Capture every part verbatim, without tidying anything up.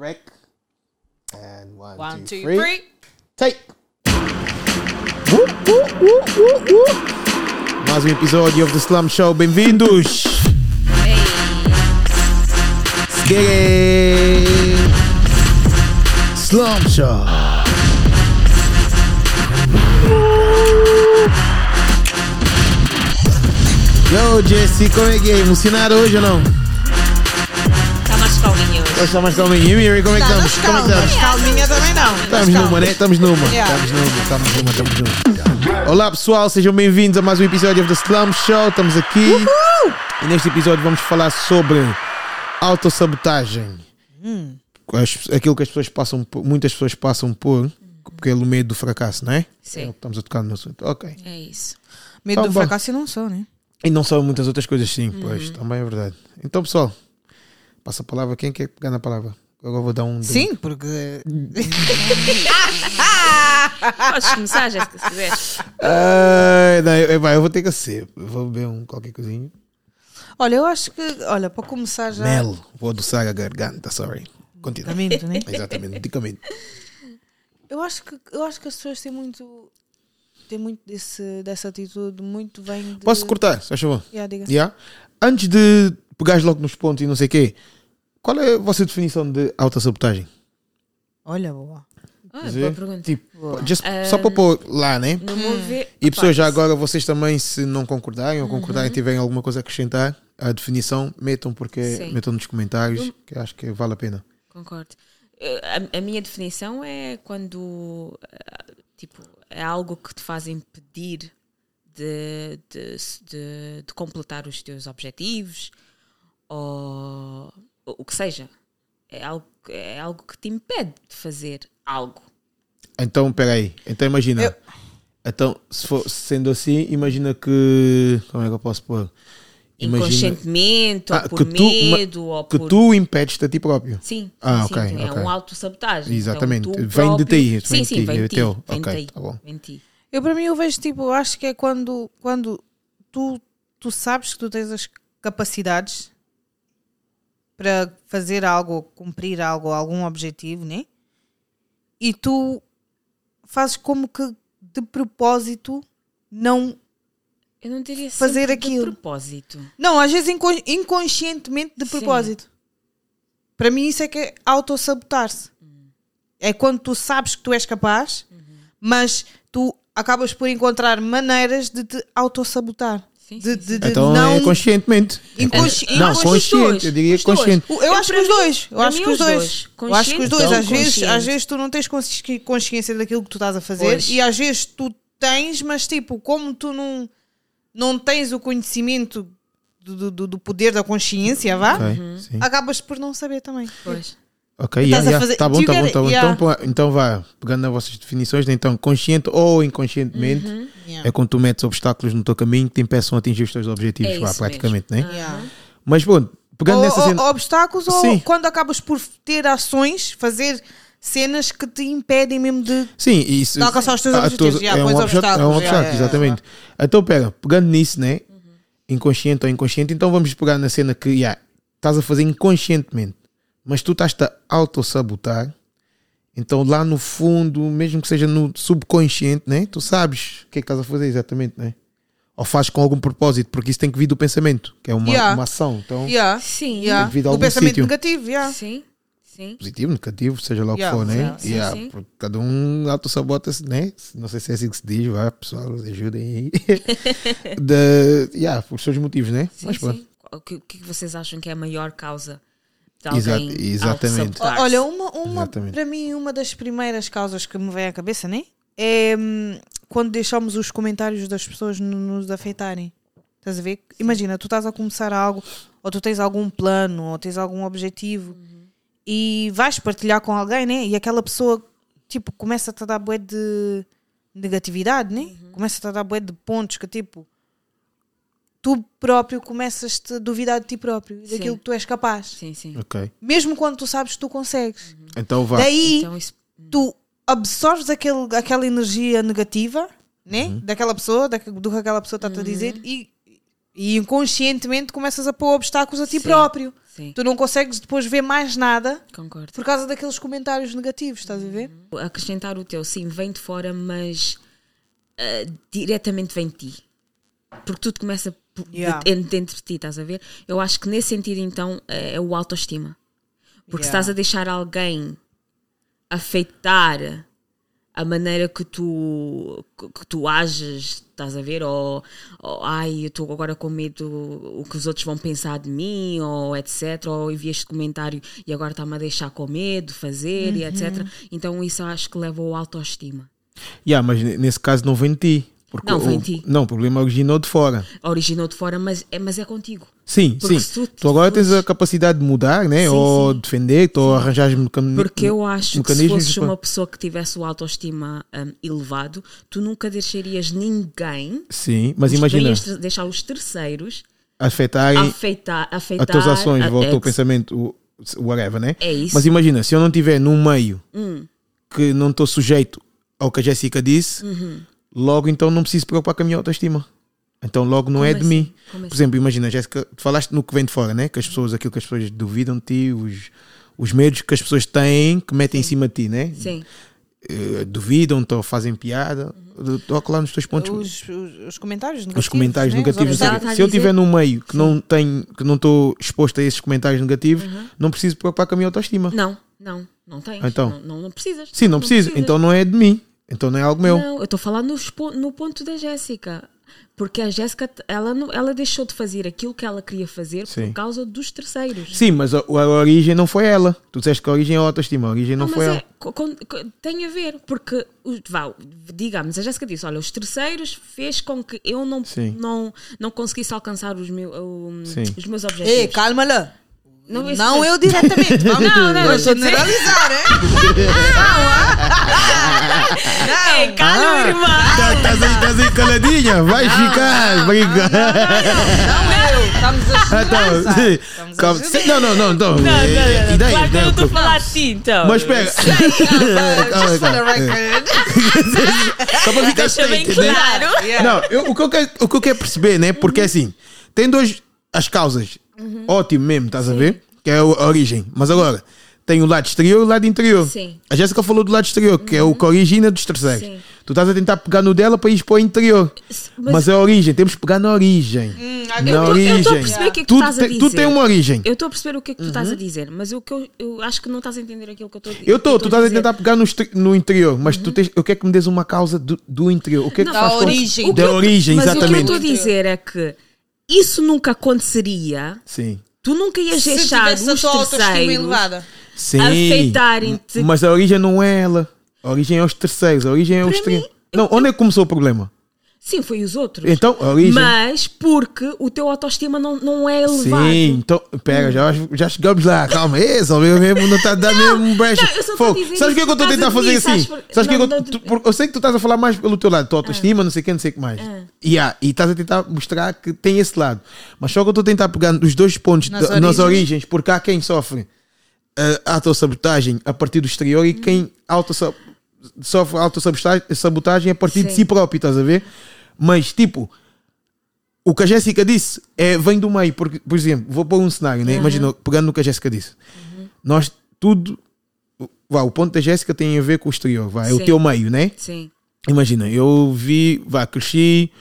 Rec. And one, One, two, two, three. three. Take. Uh, uh, uh, uh, uh. Mais um episódio of The Slum Show. Bem-vindos. Hey. Skeggy. Slum Show. Yo, Jesse, como é que é? Emocionado hoje ou não? Está mais calminho hoje. Hoje está mais calminho. E Miri, como é que Tá, estamos? mas Como é que calma, estamos? calminha também não. Estamos Mas numa, calma. né? Estamos numa. Yeah. Estamos numa, estamos numa, estamos numa. Olá pessoal, sejam bem-vindos a mais um episódio of The Slum Show. Estamos aqui. Uhul. E neste episódio vamos falar sobre autossabotagem. Hum. As- Aquilo que as pessoas passam por, muitas pessoas passam por, pelo medo do fracasso, não é? Sim. É o que estamos a tocar no assunto. Ok. É isso. Medo Tá do bom. fracasso eu não sou, né? E não só muitas outras coisas, sim, pois, também é verdade. Então, pessoal, passa a palavra. Quem quer pegar na palavra? Agora vou dar um. Sim, porque. Podes começar, Jéssica, se quiseres. Ai, não, eu, vai, eu vou ter que ser. Vou beber um qualquer coisinho. Olha, eu acho que. Olha, para começar já. Mel, vou adoçar a garganta, sorry. Continua. Medicamento, né? Exatamente, medicamento. Eu acho que eu acho que as pessoas têm muito. Têm muito desse, dessa atitude, muito vem de. Posso cortar, se faz favor? Yeah, diga. Yeah? Antes de pegares logo nos pontos e não sei o quê, qual é a vossa definição de autossabotagem? Olha, boa. Ah, Quer boa dizer, pergunta. Tipo, Boa. just- Ah, só para pôr lá, né? No meu ver. E pessoas, já Pá, agora, vocês também, se não concordarem ou concordarem, tiverem alguma coisa a acrescentar, a definição, metam, porque Sim. metam nos comentários, que eu acho que vale a pena. Concordo. Eh, A, a minha definição é quando ah, tipo, é algo que te faz impedir de, de, de, de completar os teus objetivos ou o o que seja. É algo, é algo que te impede de fazer algo. Então, peraí. Então, imagina. Eu- Então, se for, sendo assim, imagina que. Como é que eu posso pôr? Imagina Inconscientemente, Ah, ou por que tu- ma- medo, ou que por... tu impedes-te a ti próprio. Sim, Ah, sim, ok, sim, é ok. um autossabotagem. Exatamente. Então, tu Vem de próprio- ti, vem Sim, de sim, ti, vem é de ti. teu. Vem Ok, de ti. tá bom. Vem de ti. Eu, para mim, eu vejo tipo, eu acho que é quando, quando tu, tu sabes que tu tens as capacidades para fazer algo, cumprir algo, algum objetivo, né? E tu fazes como que de propósito não. Eu não diria Fazer sempre aquilo. de propósito. Não, às vezes incon- inconscientemente de Sim. propósito. Para mim, isso é que é autossabotar-se. É quando tu sabes que tu és capaz, mas tu acabas por encontrar maneiras de te autossabotar. Sim, De, sim, de, sim. de Então não. é conscientemente. Inconsci- Não, inconsci- consciente, eu diria Os dois. consciente. Eu, Eu, acho que para os mim- dois. Eu para acho mim, que os os dois. dois. Eu acho que os dois. Então, Às vezes, consciente. às vezes tu não tens consci- consciência daquilo que tu estás a fazer Pois. e às vezes tu tens, mas tipo, como tu não, não tens o conhecimento do, do, do poder da consciência, vá, Ok, Uhum. sim. acabas por não saber também. Pois. Ok, Estás yeah, a yeah. fazer- Tá bom, Do you tá get bom, it? tá bom. Yeah. Então, pá, então vá, pegando nas vossas definições, né? Então, consciente ou inconscientemente, Yeah. é quando tu metes obstáculos no teu caminho que te impeçam a atingir os teus objetivos, É vá, isso praticamente, né? mesmo. Yeah. Mas, bom, pegando Ou, nessa ou- cena. obstáculos Sim. ou quando acabas por ter ações, fazer cenas que te impedem mesmo de. Sim, isso. de alcançar os teus a- objetivos. todos- Yeah, é um pões obstáculo, é um obstáculos, obstáculo, yeah, yeah, exatamente. Então, pega, pegando nisso, né? Inconsciente ou inconsciente, então vamos pegar na cena que yeah, estás a fazer inconscientemente, mas tu estás-te a autossabotar. Então, lá no fundo, mesmo que seja no subconsciente, né? Tu sabes o que é que estás a fazer exatamente, né? Ou fazes com algum propósito, porque isso tem que vir do pensamento, que é uma, Yeah. uma ação. Então, Yeah. Sim. Yeah. Tem que vir de Do algum pensamento sítio. negativo, yeah. Sim. Sim. positivo, negativo, seja lá o que Yeah, for, né? sim, Yeah, sim. porque cada um autossabota-se, né? Não sei se é assim que se diz, vá, pessoal, ajudem aí. De, yeah, por seus motivos, né? Sim, Mas pronto. sim. O que, o que vocês acham que é a maior causa de Exa- alguém exatamente. autossabotar-se? Olha, uma, uma Exatamente. para mim, uma das primeiras causas que me vem à cabeça, né? É hum, quando deixamos os comentários das pessoas no- nos afetarem. Estás a ver? Imagina, tu estás a começar algo, ou tu tens algum plano, ou tens algum objetivo, e vais partilhar com alguém, né? E aquela pessoa, tipo, começa-te a dar bué de negatividade, né? Começa-te a dar bué de pontos que, tipo, tu próprio começas-te a duvidar de ti próprio e Sim. daquilo que tu és capaz. Sim, sim. Ok. Mesmo quando tu sabes que tu consegues. Então vá. Daí Então isso. tu absorves aquele, aquela energia negativa, né? Uhum. Daquela pessoa, da, do que aquela pessoa está-te a dizer e E inconscientemente começas a pôr obstáculos a ti Sim, próprio. sim. Tu não consegues depois ver mais nada Concordo. por causa daqueles comentários negativos, estás a ver? Acrescentar o teu, sim, vem de fora, mas uh, diretamente vem de ti. Porque tudo começa por- Yeah. de- dentro de ti, estás a ver? Eu acho que nesse sentido, então, é, é o autoestima. Porque se Yeah. estás a deixar alguém afetar a maneira que tu, que, que tu ages, estás a ver? Ou, ou ai, eu estou agora com medo o que os outros vão pensar de mim, ou etcétera. Ou enviei este comentário e agora está-me a deixar com medo de fazer, e etcétera. Então isso acho que leva ao autoestima. Yeah, mas nesse caso não vem de ti. Porque Não, vem o, de ti. Não, o problema originou de fora. Originou de fora, mas é, mas é contigo. Sim, Porque sim. se tu- Tu agora tens a fores- capacidade de mudar, né? Sim, ou sim. defender-te, ou arranjar mecanismos. Porque eu acho que se mecanismos fosses para- uma pessoa que tivesse o autoestima hum, elevado, tu nunca deixarias ninguém, Sim, mas os- imagina, nem as- deixar os terceiros afetarem afeitar, afeitar as tuas ações, a- ou o é teu que- pensamento, o whatever, né? É isso. Mas imagina, se eu não estiver num meio Hum. que não estou sujeito ao que a Jéssica disse, Uhum. logo então não preciso preocupar com a minha autoestima. Então logo não Como é de assim? mim. Como Por assim? exemplo, imagina, Jéssica, tu falaste no que vem de fora, né? Que as pessoas, aquilo que as pessoas duvidam de ti, os, os medos que as pessoas têm, que metem em cima de ti, né? Sim. Eh, duvidam-te ou fazem piada. Toca lá nos teus pontos. Os, os, os comentários negativos. Os comentários né? Os negativos. Ela obstáculos. está a Se eu dizer- estiver num meio que não tenho, que não estou exposto a esses comentários negativos, Uhum. não preciso preocupar com a minha autoestima. Não, não, não tens. Então? Não, não, não precisas. Sim, não, preciso. precisas. Então não é de mim. Então não é algo meu. Não, eu estou falando no, expo- no ponto da Jéssica. Porque a Jéssica, ela, não- ela deixou de fazer aquilo que ela queria fazer Sim. por causa dos terceiros. Sim, mas a, a origem não foi ela. Tu disseste que a origem é a autoestima. A origem não, Não, foi mas ela. é, co- com- co- tem a ver, porque, os- vá, digamos, a Jéssica disse, olha, os terceiros fez com que eu não, Sim. não, não conseguisse alcançar os, meu, um, Sim. os meus objetivos. Ei, calma lá. Não, Não, isso- eu diretamente. Vamos Não, não, vou eu estou a dizer- generalizar, é? Não, Ei, calma, irmã! Tá- Estás aí, estás aí caladinha? Vai ficar, brinca. não eu. Estamos a Ah, tá. generalizar. Sim. Estamos a Calma. generalizar. Sim, Não, não, não. não. Não, não, não, Eh, não. ideias, Claro que eu né? não estou a falar de ti, então. Mas espera. Just for the Calma, calma. record. Só para ficar Deixa bem straight, né? claro. Yeah. Não, eu- o, que eu quero, o que eu quero perceber, né? Porque assim, tem dois. As causas. Ótimo mesmo, estás a ver? Que é a origem. Mas agora, tem o lado exterior e o lado interior. Sim. A Jéssica falou do lado exterior, que é o que origina dos terceiros. Sim. Tu estás a tentar pegar no dela para ir para o interior. Mas, Mas- é a origem, temos que pegar na origem. Hum, na eu tô- eu origem. estou a perceber o que é que tu Tu estás a te- dizer. Tu tens uma origem. Eu estou a perceber o que é que tu estás a dizer, mas o que eu, eu acho que não estás a entender aquilo que eu estou a dizer. Eu estou, tu estás a dizer. tentar pegar no, exter- no interior, mas tu tens, eu quero que me des uma causa do, do interior. O que é que Não, faz da com- origem. O que Da eu- origem, mas o que eu exatamente. estou a dizer é que isso nunca aconteceria. Sim. Tu nunca ias Se deixar tivesse a os tua autoestima terceiros elevada. Sim. afeitarem-te. Mas a origem não é ela. A origem é os terceiros. A origem é os Para exterior. mim, Não, onde é que começou o problema? Sim, foi os outros. Então, a origem. Mas porque o teu autoestima não, não é elevado. Sim, então, pera, já, já chegamos lá, calma, é, só eu mesmo não está a dar mesmo um brecha. não, eu só estou Fogo. a dizer Sabes o que é que eu estou a isso tentar por fazer causa assim? de mim, sabes Sabes o que é que por- eu, não, tu- não- por- eu sei que tu estás a falar mais pelo teu lado, tua autoestima, não sei o que, não sei o que mais. Ah. Yeah, e estás a tentar mostrar que tem esse lado. Mas só que eu estou a tentar pegar os dois pontos Nas da- nas origens. origens, porque há quem sofre a autossabotagem a partir do exterior e quem autossa- sofre autossabotagem a partir de Sim. si próprio, estás a ver? Mas tipo, o que a Jéssica disse é, vem do meio, porque, por exemplo, vou pôr um cenário, né? Imagina, pegando no que a Jéssica disse, nós tudo, vá, o ponto da Jéssica tem a ver com o exterior, vá, é o Sim. teu meio, né? Sim. Imagina, eu vi, vá, cresci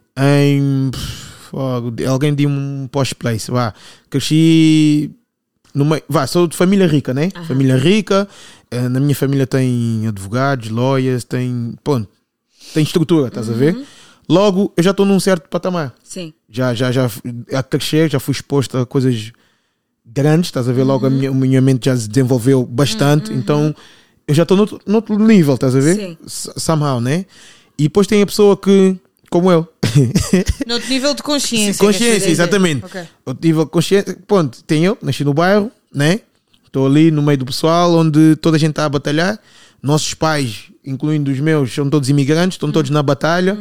em. Fogo, alguém deu um post place, vá, cresci no meio, vá, sou de família rica, né? Aham. Família rica, eh, na minha família tem advogados, lawyers, tem, ponto, tem estrutura, estás a ver? Logo, eu já estou num certo patamar, Sim. já, já, já, a crescer, já fui exposto a coisas grandes, estás a ver? Logo, a minha, o minha mente já se desenvolveu bastante, então eu já estou noutro, noutro nível, estás a ver? Sim. S- Somehow, né? E depois tem a pessoa que, como eu, Noutro nível de consciência. Sim, consciência, queres dizer? exatamente. Ok. eu tive a consciência, ponto, tem eu, nasci no bairro, né? Estou ali no meio do pessoal, onde toda a gente está a batalhar. Nossos pais, incluindo os meus, são todos imigrantes, estão todos na batalha.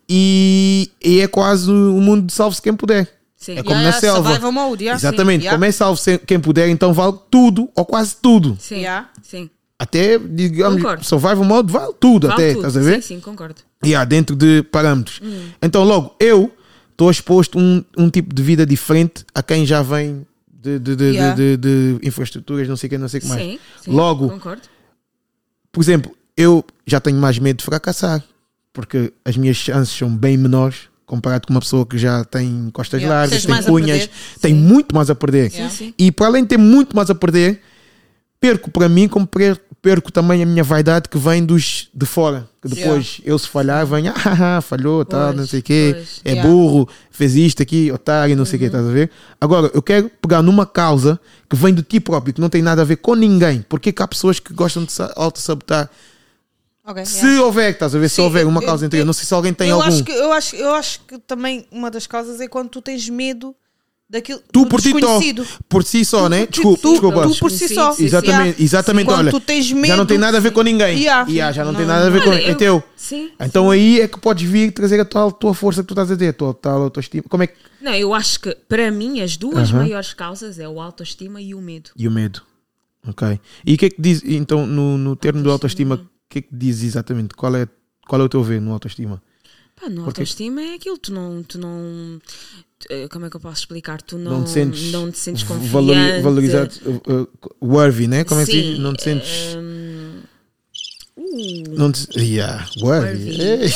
E, e é quase o mundo de salve-se quem puder. Sim. É como Yeah, na yeah, selva. survival mode, yeah, Exatamente, sim, yeah. como é salve-se quem puder, então vale tudo, ou quase tudo. Sim. Yeah. Sim. Até, digamos, Concordo. survival mode vale tudo, Vale até, tudo. estás a ver? Sim, sim, concordo. Yeah, dentro de parâmetros. Então, logo, eu estou exposto a um, um tipo de vida diferente a quem já vem de, de, de, Yeah. de, de, de infraestruturas, não sei o que, não sei o que mais. Sim, sim, Logo, concordo. por exemplo, eu já tenho mais medo de fracassar, porque as minhas chances são bem menores comparado com uma pessoa que já tem costas Yeah. largas, Tens tem mais a cunhas, perder. tem Sim. muito mais a perder. Yeah. Sim. E para além de ter muito mais a perder, perco para mim como per- perco também a minha vaidade que vem dos de fora. Que depois eu se falhar, venho, ah, falhou, tá, Pois, não sei o quê, pois. é Yeah. burro, fez isto aqui, otário, não sei o quê, estás a ver? Agora, eu quero pegar numa causa que vem de ti próprio, que não tem nada a ver com ninguém. Porque que há pessoas que gostam de sa- auto-sabotar? Ok, Se yeah. houver, estás a ver? Se Sim, houver uma eu- causa eu- interior, não sei se alguém tem eu algum. Acho que, eu, acho, eu acho que também uma das causas é quando tu tens medo daquilo Tu do por ti só, desconhecido. por si só, né? Tu- Desculpa, tu, desculpa. tu por si só. Sim, sim, Exatamente, Yeah. exatamente. Quando Olha, tu tens medo, já não tem nada a ver com ninguém. Yeah. Yeah, já não, tem Não, nada a ver não. com Olha, é eu- teu. Sim. Então aí é que podes vir trazer a tua, tua força que tu estás a ter, a tua tal autoestima. Como é que. Não, eu acho que para mim as duas Aham. maiores causas é o autoestima e o medo. E o medo. Ok. E o que é que diz, então, no, no termo do autoestima, o que é que diz exatamente? Qual é, qual é o teu ver no autoestima? Pá, no Porque- autoestima é aquilo, tu não, tu não. tu- eh, Como é que eu posso explicar? Tu não, Não te sentes, não te sentes confiante. valori- valorizado, uh, uh, worthy, né? Como é que se Sim, diz? Não te sentes. hum, uh, Não te, yeah, worthy. Worthy. Ei.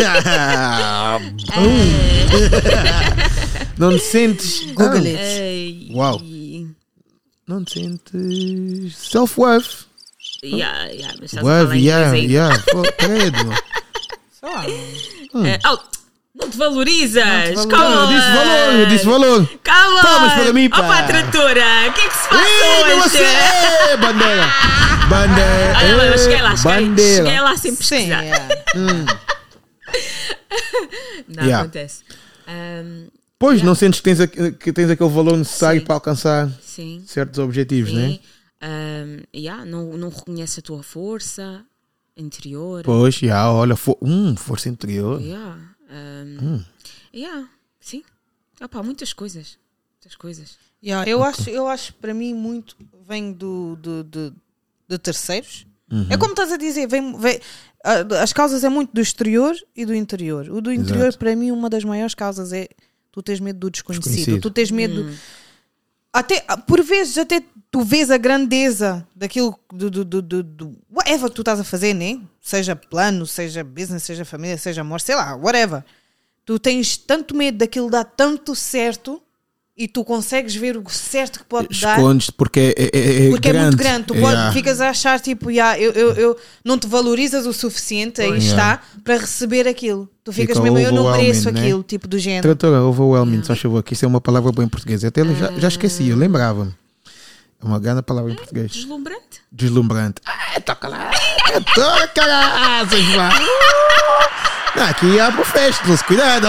Não te sentes. Google ah, it. ei, Uau. Não te sentes self-worth. Yeah, yeah, mas estás a falar Worthy, em yeah, inglês aí. yeah. Pô, credo. Sei lá. Eh, oh, não te valorizas! Não, Calma! eu disse valor, eu disse valor. Calma! Palmas para mim, pá. Opa, tratora! O que é que se passa Ih, hoje? você! Ei, bandeira! Bandeira! Olha lá, eu Ei, cheguei lá, cheguei, bandeira! cheguei lá sem Sim, pesquisar. yeah. Não, Yeah. acontece. Ahm, Pois, não sentes que tens, aqu- que tens aquele valor necessário Sim. para alcançar sim. certos objetivos, sim. né? Ahm, yeah, não, não reconhece a tua força interior. Pois, já, olha, for, hum, força interior. Yeah. ahm, Hum. yeah, sim. Opa, muitas coisas. Muitas coisas. Yeah, eu, acho, eu acho que para mim muito vem do, do, do- de terceiros. Uhum. É como estás a dizer, vem, vem- a- as causas é muito do exterior e do interior. O do interior, Exato. para mim, uma das maiores causas é tu tens medo do desconhecido. Desconhecido. Tu tens medo. Até, por vezes, até tu vês a grandeza daquilo do, do, do, do, do whatever que tu estás a fazer, né? Seja plano, seja business, seja família, seja amor, sei lá, whatever. Tu tens tanto medo daquilo dar tanto certo e tu consegues ver o certo que pode dar. Escondes porque é, é, é Porque grande. é muito grande, tu É, pode, yeah. ficas a achar tipo, yeah, eu, eu, eu não te valorizas o suficiente, aí Pois. está, para receber aquilo. Tu ficas Fica mesmo, eu não mereço overwhelming, né? aquilo, tipo do género. Tradutora, overwhelming, só favor, que isso é uma palavra boa em português. Até eu já, já esqueci, eu lembrava-me. É uma grande palavra em português. Deslumbrante? Deslumbrante. Ah, toca lá. Toca lá, seus vá. Não, aqui há professionals, cuidado.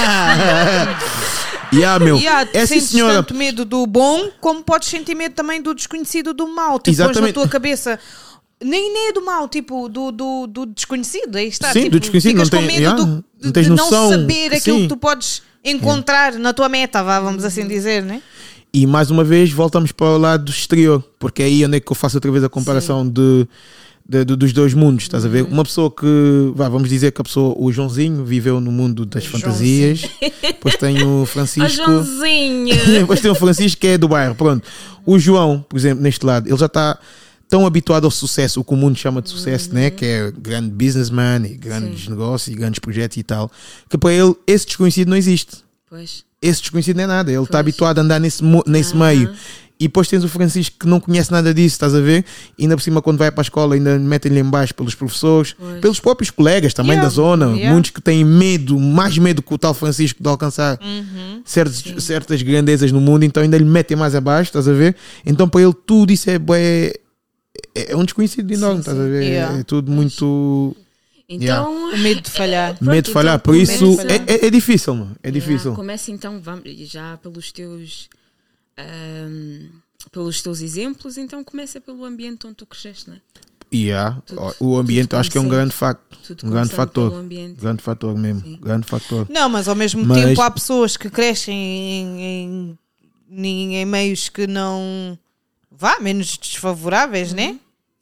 E ah, meu, Yeah, tu essa sentes senhora. tanto medo do bom, como podes sentir medo também do desconhecido do mal. Tu pões na Exatamente. tua cabeça, nem, nem é do mal, tipo, do, do, do desconhecido. Aí está, Sim, tipo, do desconhecido, ficas não com tem- medo yeah, do- não de, tens de não noção. saber aquilo Sim. que tu podes encontrar na tua meta, vá, vamos assim dizer, né? E mais uma vez voltamos para o lado exterior, porque é aí onde é que eu faço outra vez a comparação de, de- de- dos dois mundos, estás a ver? Uma pessoa que, vá, vamos dizer que a pessoa, o Joãozinho, viveu no mundo das O fantasias, depois tem o Ó, Francisco. Joãozinho! Depois tem o Francisco que é do bairro, pronto. O João, por exemplo, neste lado, ele já está tão habituado ao sucesso, o que o mundo chama de sucesso, né? Que é grande businessman e grandes Sim. negócios e grandes projetos e tal, que para ele esse desconhecido não existe. Pois. Esse desconhecido não é nada, ele está Pois. habituado a andar nesse, mo- nesse Aham. meio. E depois tens o Francisco que não conhece nada disso, estás a ver? E ainda por cima, quando vai para a escola, ainda metem-lhe em baixo pelos professores, Pois. pelos próprios colegas também Yeah, da zona. yeah. Muitos que têm medo, mais medo que o tal Francisco de alcançar certos, certas grandezas no mundo, então ainda lhe metem mais abaixo, estás a ver? Então para ele tudo isso é, bué- é, é um desconhecido enorme, estás a ver? Yeah. É tudo muito Então. O medo de falhar. Pronto, medo de falhar. então Por isso começa- é, é, é difícil, mano. É Yeah, difícil. Começa então, vamos, já pelos teus ahm, pelos teus exemplos, então começa pelo ambiente onde tu cresceste, não é? Yeah. Tudo- O ambiente tudo eu acho que é um começando- grande facto. Tudo Um grande começando fator. pelo ambiente. Grande fator mesmo. Sim. Grande fator. Não, mas ao mesmo Mas- tempo há pessoas que crescem em, em, em meios que não vá, menos desfavoráveis, né?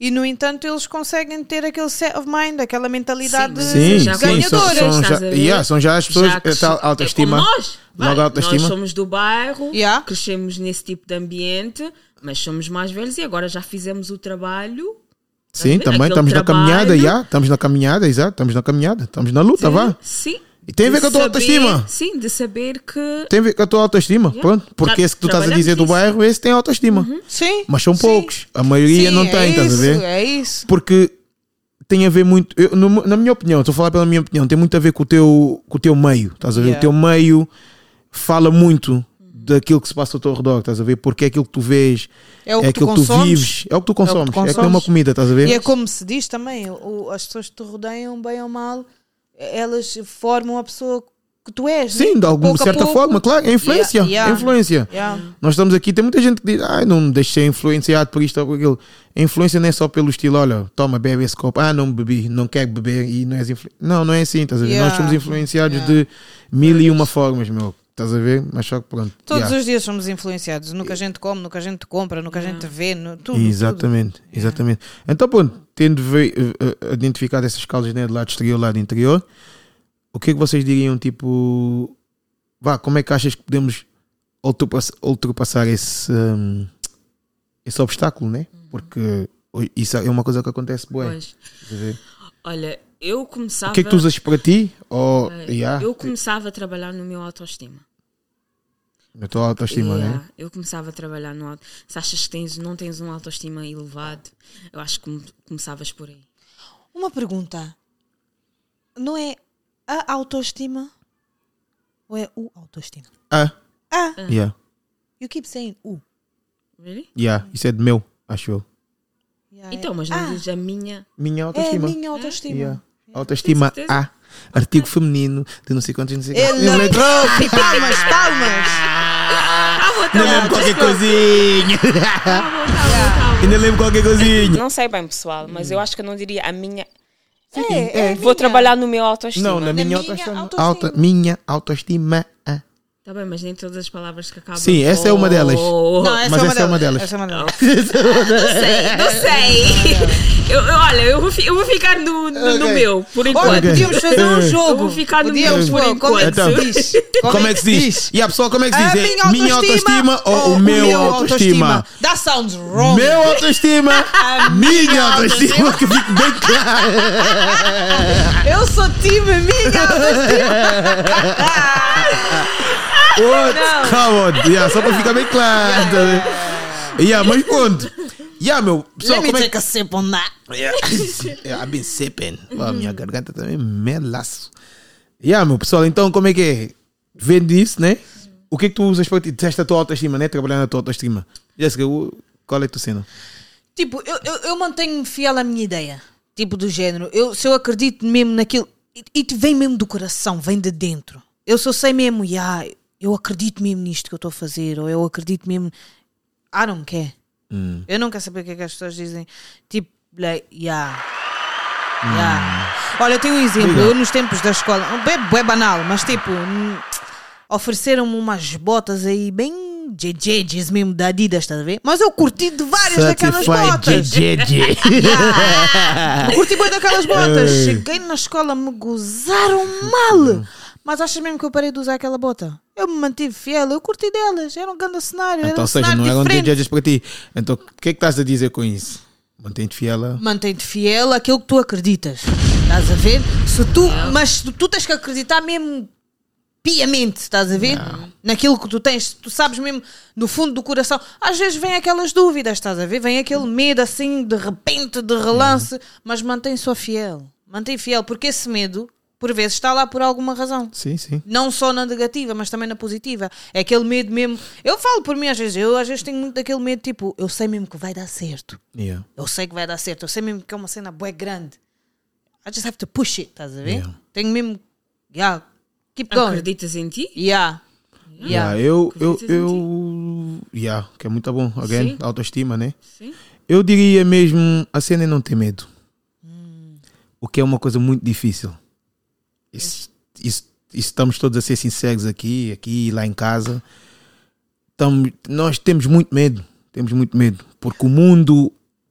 E, no entanto, eles conseguem ter aquele set of mind, aquela mentalidade Sim, sim, ganhadora. são, são, já, estás a ver? yeah, são já as pessoas Já que tal cresce- autoestima. É como nós. Logo Vai, autoestima. Nós somos do bairro, Yeah. crescemos nesse tipo de ambiente, mas somos mais velhos e agora já fizemos o trabalho. Sim, Estás a ver? também Aquele estamos na trabalho. caminhada, já, estamos na caminhada, exato, estamos na caminhada, estamos na luta, vá. Sim. E tem a ver De com a tua saber- autoestima. Sim, de saber que. Tem a ver com a tua autoestima, Yeah. pronto. Porque Já esse que tu estás a trabalhamos dizer do isso. bairro, esse tem autoestima. Sim. Mas são Sim. poucos. A maioria Sim, não é tem, estás a isso, ver? É isso. Porque tem a ver muito, eu, no- na minha opinião, estou a falar pela minha opinião, tem muito a ver com o teu, com o teu meio, estás a ver? Yeah. O teu meio fala muito daquilo que se passa ao teu redor, estás a ver? Porque é aquilo que tu vês, É o que tu aquilo que tu consomes. vives, é o que tu consomes, é, consomes. que nem uma comida, estás a ver? E é como se diz também, o- as pessoas que te rodeiam, bem ou mal, elas formam a pessoa que tu és. Sim, né? de alguma Pouco a certa pouco. forma, claro, é influência, Yeah, yeah. é influência. Yeah. Nós estamos aqui, tem muita gente que diz, ai, não me deixes ser influenciado por isto ou por aquilo. A influência não é só pelo estilo, olha, toma, bebe esse copo, ah, não bebi, não quero beber e não és influ... Não, não é assim, estás a ver? Yeah. Nós somos influenciados Yeah. de mil e uma formas, meu, estás a ver? Mas só que pronto. Todos yeah. os dias somos influenciados no que a gente come, no que a gente compra, no que a gente vê, no tudo. Exatamente, exatamente. Então, pronto, tendo ve- eh, eh, identificado essas causas, né, do lado exterior, lado interior, o que é que vocês diriam, tipo, vá, como é que achas que podemos ultrapass- ultrapassar esse, hum, esse obstáculo, né? Porque isso é uma coisa que acontece, bué. Pois. Estás a ver? Olha, eu começava. O que é que tu usas para ti? Ou, eh, yeah, Eu começava a trabalhar no meu autoestima. na tua autoestima, Yeah, né? Eu começava a trabalhar no auto. Se achas que tens, não tens uma autoestima elevado, eu acho que come- começavas por aí. Uma pergunta. Não é a autoestima ou é o autoestima? Ah, Ah, yeah, you keep saying o. Really? yeah, isso é de meu, acho eu. Yeah, Então, é- mas não ah, dizes a minha. Minha é a autoestima. minha autoestima. Yeah. Autoestima Tem certeza? A, artigo feminino de não sei quantos, não sei quantos. Ele Não lembro- Ai, palmas, palmas. Não lembro qualquer coisinha. Ainda lembro qualquer coisinha. Não sei bem, pessoal, mas eu acho que eu não diria a minha. É, é Vou minha. trabalhar no meu autoestima. Não, na Na minha minha autoestima. autoestima. Alta, minha autoestima. Ah. Tá bem, mas nem todas as palavras que acabam. Sim, essa é uma delas. Oh, Não, essa, Mas é, uma essa é uma delas. delas. Essa é uma delas. Não sei, não sei. Eu, eu- olha, eu vou, fi- eu vou ficar no, no, no Ok. meu, por Olha, enquanto. podíamos fazer um jogo. Eu vou ficar no Podíamos, meu, por pô, como é que enquanto. se diz? Como é que se diz? E a pessoa, como é que se A diz? É minha autoestima ou o meu autoestima? That sounds wrong. Meu autoestima, A minha minha autoestima, que fique bem claro. Eu sou time minha autoestima. What? Não. Come on. Yeah, só para ficar bem claro. tá vendo? Yeah, mas pronto. Yeah, meu. Pessoal, Let me como é take a sip on that. Yeah. Yeah, I've been sipping. Oh, minha garganta também melaço. Yeah, meu pessoal, então como é que é? Vende isso, né? O que é que tu usas para ti? Testa a tua autoestima, né? Trabalhar na tua autoestima. Jéssica, o- qual é a tua cena? Tipo, eu, eu, eu mantenho-me fiel à minha ideia. Tipo, do género. Eu, se eu acredito mesmo naquilo. E, e vem mesmo do coração, vem de dentro. Eu só sei mesmo, yeah, eu acredito mesmo nisto que eu estou a fazer. Ou eu acredito mesmo. I don't care. Hum. Eu não quero saber o que é que as pessoas dizem. Tipo, like, yeah. Yeah. Olha, eu tenho um exemplo. Diga. Eu, nos tempos da escola, é, é banal, mas tipo, hum, ofereceram-me umas botas aí bem J J's mesmo da Adidas, estás a ver? Mas eu curti de várias daquelas botas. J J. Yeah. Eu curti bem daquelas botas. Ei. Cheguei na escola, me gozaram mal. Mas achas mesmo que eu parei de usar aquela bota? Eu me mantive fiel, eu curti delas. Era um grande cenário. Era Então, um ou seja, cenário não eram diferente. J Js para ti. Então, o que é que estás a dizer com isso? Mantém-te fiel a... Mantém-te fiel àquilo que tu acreditas. Estás a ver? Se tu, mas tu, tu tens que acreditar mesmo piamente, estás a ver? Naquilo que tu tens, tu sabes mesmo no fundo do coração. Às vezes vem aquelas dúvidas, estás a ver? Vem aquele medo assim, de repente, de relance, mas mantém só fiel. Mantém fiel, porque esse medo, por vezes, está lá por alguma razão. Sim, sim. Não só na negativa, mas também na positiva. É aquele medo mesmo. Eu falo por mim às vezes, eu às vezes tenho muito daquele medo, tipo, eu sei mesmo que vai dar certo. Yeah. Eu sei que vai dar certo. Eu sei mesmo que é uma cena bué grande. I just have to push it, estás a ver? Yeah. Tenho mesmo. Yeah. Keep going. Acreditas em ti? Yeah. Yeah, Yeah. eu, eu, Acreditas em eu, yeah, que é muito bom, again, Sim. autoestima, né? Sim. Eu diria mesmo, a cena é não ter medo. O que é uma coisa muito difícil. Isso, isso, isso estamos todos a ser sinceros aqui, aqui e lá em casa. Estamos, nós temos muito medo, temos muito medo, porque o mundo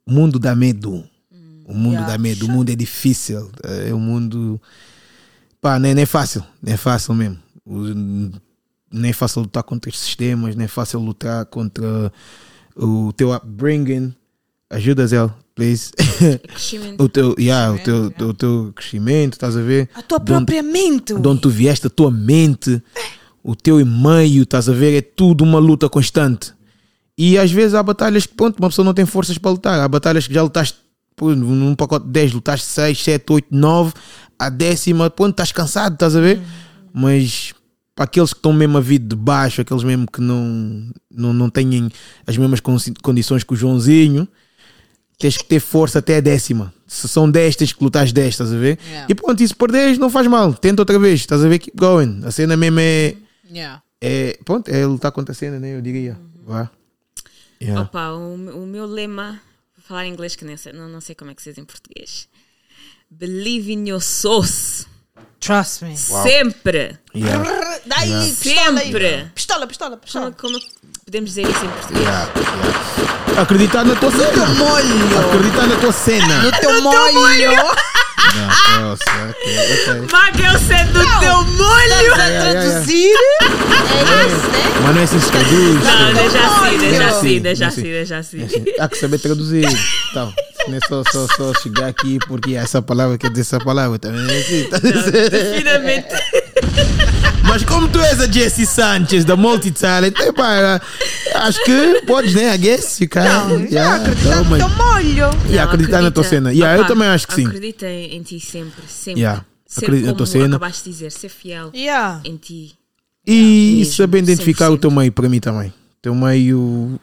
o mundo dá medo. O mundo Yeah. dá medo, o mundo é difícil. É um mundo. Pá, nem, nem é fácil. Nem é fácil mesmo. O, nem é fácil lutar contra estes sistemas, nem é fácil lutar contra o teu upbringing. Ajuda, Zé, please. Crescimento. o, teu, yeah, o, teu, o teu crescimento, estás a ver? A tua De onde- própria mente. de onde tu vieste, a tua mente, o teu e-mail, estás a ver? É tudo uma luta constante. E às vezes há batalhas que, pronto, uma pessoa não tem forças para lutar. Há batalhas que já lutaste, pô, num pacote de dez, lutaste seis, sete, oito, nove, a décima, pronto, estás cansado, estás a ver? Mas para aqueles que estão mesmo a vir de baixo, aqueles mesmo que não, não, não têm as mesmas con- condições que o Joãozinho, tens que ter força até a décima. Se são dez, tens que lutar as dez, estás a ver? Yeah. E pronto, e se perderes, não faz mal. Tenta outra vez, estás a ver? Keep going. A cena mesmo é. Yeah. é pronto, é lutar contra a cena, né? Eu diria. Vá. Yeah. Opa, o, o meu lema, vou falar em inglês que nem sei, não, não sei como é que se diz em português. Believe in your sauce. Trust me. Sempre. Yeah. Daí, Yeah. pistola aí. Sempre. Pistola, pistola, pistola. Como, como podemos dizer isso em português? Yeah. Yeah. Acreditar na tua cena. Molho. Acreditar na tua cena. No teu molho. Não, nossa, ok, ok. Maga é o set do teu molho. Estás a yeah, yeah. traduzir? É isso, né? Mas não é assim que se traduz. Não, deixa assim, deixa Não, assim, sim, deixa sim. assim, deixa assim. Há que saber traduzir. Então, não é só, só, só chegar aqui porque essa palavra quer dizer essa palavra. Também não é assim. Tá dizendo? Definidamente. Mas como tu és a Jessie Sanchez da Multitalent, epá, acho que podes, né? I guess you can. Não, Yeah, acreditar então, no mas- teu molho. E acreditar na tua cena. Yeah, eu Opa, também acho que sim. Acredita em, em ti sempre, sempre. Yeah, Ser acredita na como tua cena. acabaste de dizer, ser fiel Yeah. em ti. E Mesmo, saber identificar cem por o teu meio para mim também. O teu meio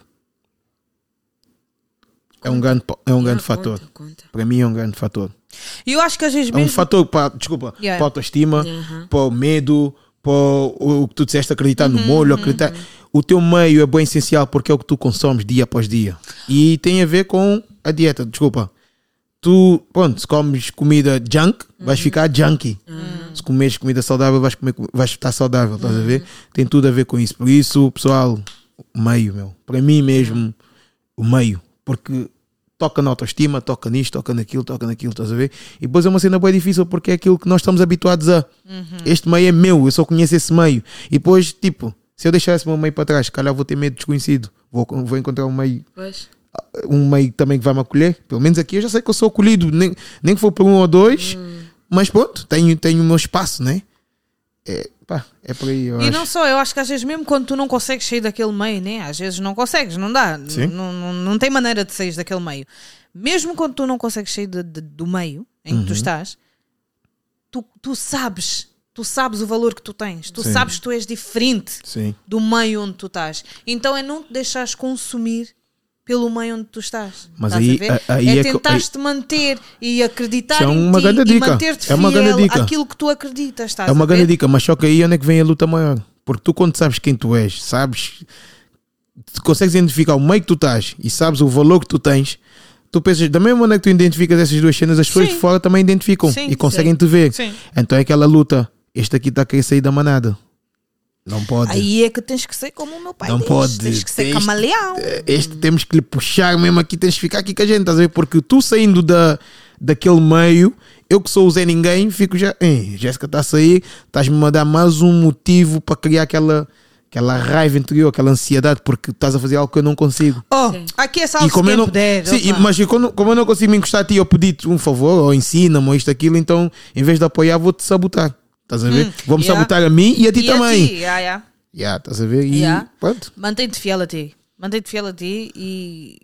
é um grande, é um Yeah, grande conta, fator. conta. Para mim é um grande fator. E eu acho que às vezes É um mesmo... fator para, desculpa, Yeah. para a autoestima, Uhum. para o medo, para o, o que tu disseste, acreditar no molho, acreditar. O teu meio é bem essencial porque é o que tu consomes dia após dia. E tem a ver com a dieta, desculpa. Tu, pronto, se comes comida junk, vais ficar junkie. Se comeres comida saudável, vais, comer, vais estar saudável, estás a ver? Tem tudo a ver com isso. Por isso, pessoal, o meio, meu. Para mim mesmo, o meio. Porque toca na autoestima, toca nisto, toca naquilo, toca naquilo, estás a ver? E depois é uma cena bem difícil porque é aquilo que nós estamos habituados a. Este meio é meu, eu só conheço esse meio. E depois, tipo, se eu deixar esse meu meio para trás, se calhar vou ter medo desconhecido. Vou, vou encontrar um meio, Pois. um meio também que vai me acolher. Pelo menos aqui eu já sei que eu sou acolhido, nem, nem que for por um ou dois, mas pronto, tenho, tenho o meu espaço, né? É, pá, é por aí, eu E acho. não só, eu acho que às vezes mesmo quando tu não consegues sair daquele meio, né? Às vezes não consegues, não dá. Sim. Não, não, não tem maneira de sair daquele meio. Mesmo quando tu não consegues sair de- de- do meio em Uhum. que tu estás, tu, tu sabes, tu sabes o valor que tu tens. Tu Sim. sabes que tu és diferente Sim. do meio onde tu estás. Então é não te deixares consumir pelo meio onde tu estás. Mas Estás aí- a ver? a- aí é é que- tentares-te manter e acreditar Isso é em uma ti grande e dica. manter-te É uma grande fiel dica. àquilo que tu acreditas. Estás É uma a ver? grande dica, mas só que aí onde é que vem a luta maior? Porque tu, quando sabes quem tu és, sabes, tu consegues identificar o meio que tu estás e sabes o valor que tu tens, tu pensas, da mesma maneira que tu identificas essas duas cenas, as pessoas Sim. de fora também identificam Sim, e conseguem te ver. Sim. Então é aquela luta. Este aqui está a querer sair da manada. Não pode. Aí é que tens que ser como o meu pai Não diz. pode. Tens que ser Tens- camaleão. Este temos que lhe puxar mesmo aqui, tens que ficar aqui com a gente, estás a ver? Porque tu saindo da, daquele meio, eu que sou o Zé Ninguém, fico já. Ei, Jéssica está a sair, estás-me a dar mais um motivo para criar aquela, aquela raiva interior, aquela ansiedade, porque estás a fazer algo que eu não consigo. Oh, Sim. aqui é salve E como eu quem não, puder. sim, e- opa. mas eu, quando- como eu não consigo me encostar a ti ou pedir-te um favor, ou ensina-me, ou isto, aquilo, então em vez de apoiar, vou-te sabotar. Estás a ver? Vou-me yeah. sabotar a mim e a ti E a também. ti, yeah, yeah. Yeah, estás a ver? E Yeah. pronto. Mantém-te fiel a ti. Mantém-te fiel a ti e,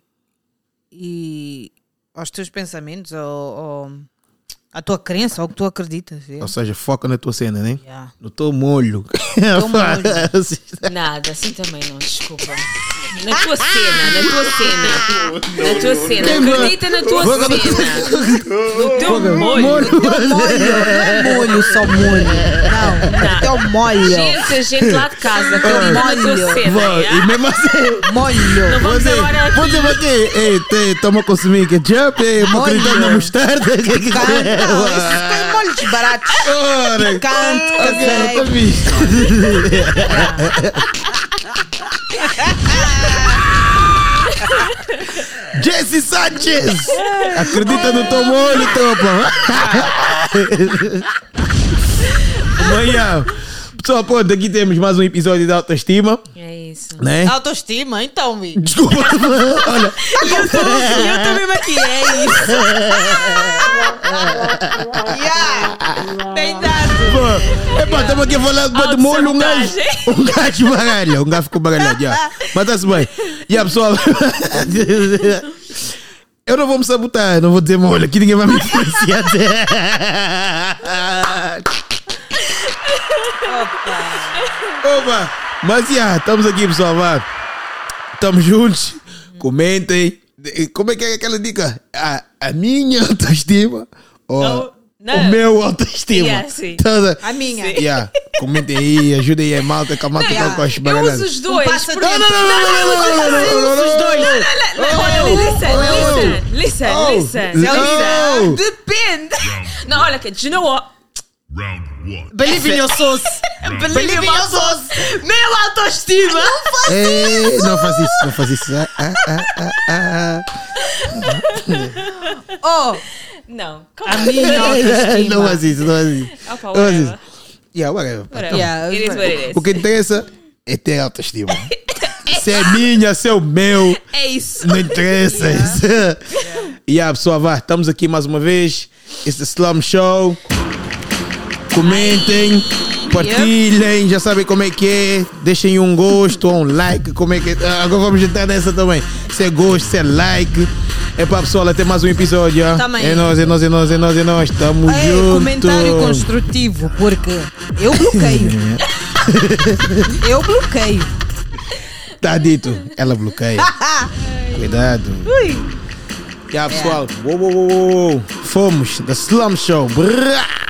e aos teus pensamentos, ou, ou à tua crença, ao que tu acreditas. yeah. Ou seja, foca na tua cena, né? Yeah. No teu molho. teu molho. Nada, assim também não, desculpa. Na tua cena, na tua cena. Na tua cena. Acredita na tua Foca na- cena. No teu Foca- molho. molho. Teu molho, não é molho, só molho. Não, Não. teu molho. Gente, a gente lá de casa, acredita na tua Molho. cena. Vai, yeah? e mesmo assim, Molho. Não vamos você, agora aqui. você vai ter, ei, te- toma consumir ketchup, ei, uma Molho. acreditar na mostarda. que- que- Picante. Não, esses têm molhos baratos. Ora, Picante, ok, casei. tá visto. Jesse Sanchez! Acredita no teu molho, tropa! Amanhã. Pessoal, pronto, aqui temos mais um episódio de Autoestima. É isso. Né? Autoestima, então, Mi. Desculpa, olha. Eu tô, eu tô mesmo aqui, é isso. Yeah. Tem dado. Pô, epá, estamos aqui falando de molho, um gajo. Um gajo baralha, um gajo ficou baralhado, já. Mas está-se bem. E a pessoal. Eu não vou me sabotar, não vou dizer molho, aqui ninguém vai me influenciar. Opa! Mas já, estamos aqui, pessoal, vá. Estamos juntos. Comentem. Como é que é aquela dica? A, a minha autoestima ou Não, não. o meu autoestima? Yeah, sim. Toda- A minha. Yeah. Comentem aí, ajudem aí a malta, que a malta Yeah. está com as Eu bagaladas. uso os dois. Um passatempo. porque- Não, não, não, não, não, não, não, não, não, não, Os dois. Olha, listen, listen, listen, Oh. listen, Oh. listen. Depende. Não, olha aqui, do you know what? Round one. Believe in your sauce. Believe in your sauce. Meu autoestima. Ei, não faz isso, não faz isso. Ah, ah, ah, ah, Oh, Não, a minha ah. autoestima. Não faz isso, não faz isso. Opa, Não faz isso. whatever. Yeah, whatever. Whatever. Yeah, It is what it is. O que interessa é ter autoestima. Se é minha, se é o meu, É isso. não interessa. E a pessoal, vá, estamos aqui mais uma vez. It's the Slum Show. Comentem, partilhem, já sabem como é que é. Deixem um gosto ou um like. Como é que é. Ah, agora vamos entrar nessa também. Se é gosto, se é like. É para pessoal, até mais um episódio. ah. Também. É nós, é nós, é nós, é nós, é nós. Tamo Ei, junto. comentário construtivo, porque eu bloqueio. Eu bloqueio. Tá dito, ela bloqueia. Cuidado. Ui. E aí, pessoal, uou, uou, uou, uou. Fomos da Slum Show. Brrr.